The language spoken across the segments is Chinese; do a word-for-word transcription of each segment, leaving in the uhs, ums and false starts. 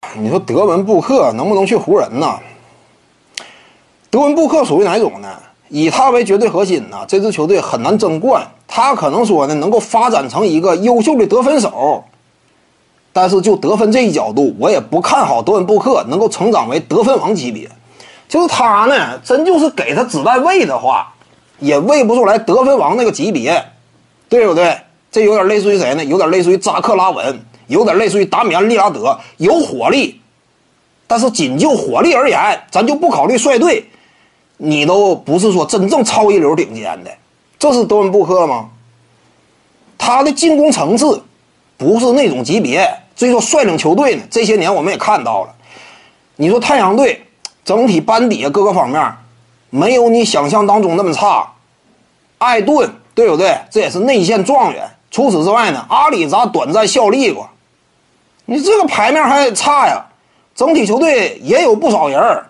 你说德文布克能不能去湖人呢？德文布克属于哪种呢？以他为绝对核心呢，这支球队很难争冠。他可能说呢，能够发展成一个优秀的得分手，但是就得分这一角度，我也不看好德文布克能够成长为得分王级别。就是他呢，真就是给他子弹喂的话，也喂不出来得分王那个级别，对不对？这有点类似于谁呢？有点类似于扎克拉文，有点类似于达米安利拉德，有火力，但是仅就火力而言，咱就不考虑率队，你都不是说真正超一流顶尖的。这是德文布克吗？他的进攻层次不是那种级别，所以说率领球队呢，这些年我们也看到了。你说太阳队整体班底各个方面没有你想象当中那么差，艾顿对不对？这也是内线状元。除此之外呢，阿里扎短暂效力过，你这个牌面还差呀。整体球队也有不少人，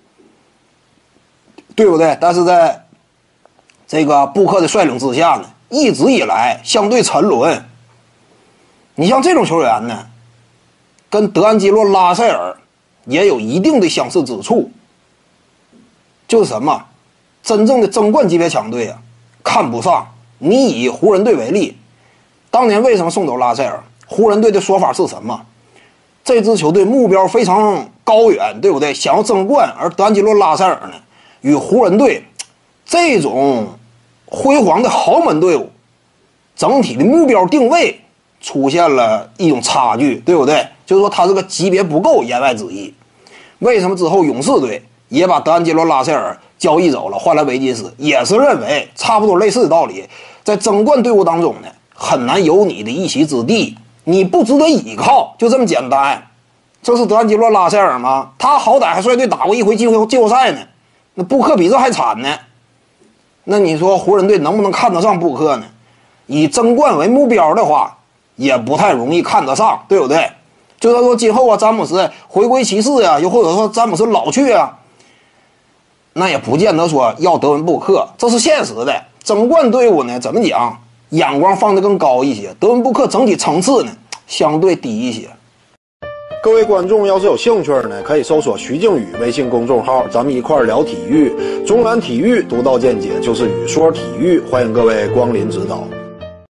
对不对？但是在这个布克的率领之下呢，一直以来相对沉沦。你像这种球员呢，跟德安吉洛拉塞尔也有一定的相似之处，就是什么？真正的争冠级别强队啊，看不上。你以湖人队为例，当年为什么送走拉塞尔？湖人队的说法是什么？这支球队目标非常高远，对不对？想要争冠，而德安吉洛拉塞尔呢，与湖人队这种辉煌的豪门队伍整体的目标定位出现了一种差距，对不对？就是说他这个级别不够，言外之意。为什么之后勇士队也把德安吉洛拉塞尔交易走了，换来维金斯？也是认为差不多类似的道理，在争冠队伍当中呢，很难有你的一席之地，你不值得依靠，就这么简单。这是德安吉洛拉塞尔吗？他好歹还率队打过一回季后季后赛呢，那布克比这还惨呢。那你说湖人队能不能看得上布克呢？以争冠为目标的话，也不太容易看得上，对不对？就算说今后啊，詹姆斯回归骑士呀、啊，又或者说詹姆斯老去啊，那也不见得说要德文布克，这是现实的。争冠队伍呢，怎么讲？眼光放得更高一些，德文布克整体层次呢相对低一些。 各位观众要是有兴趣呢，可以搜索徐静宇微信公众号，咱们一块聊体育。中南体育独到见解就是语说体育，欢迎各位光临指导。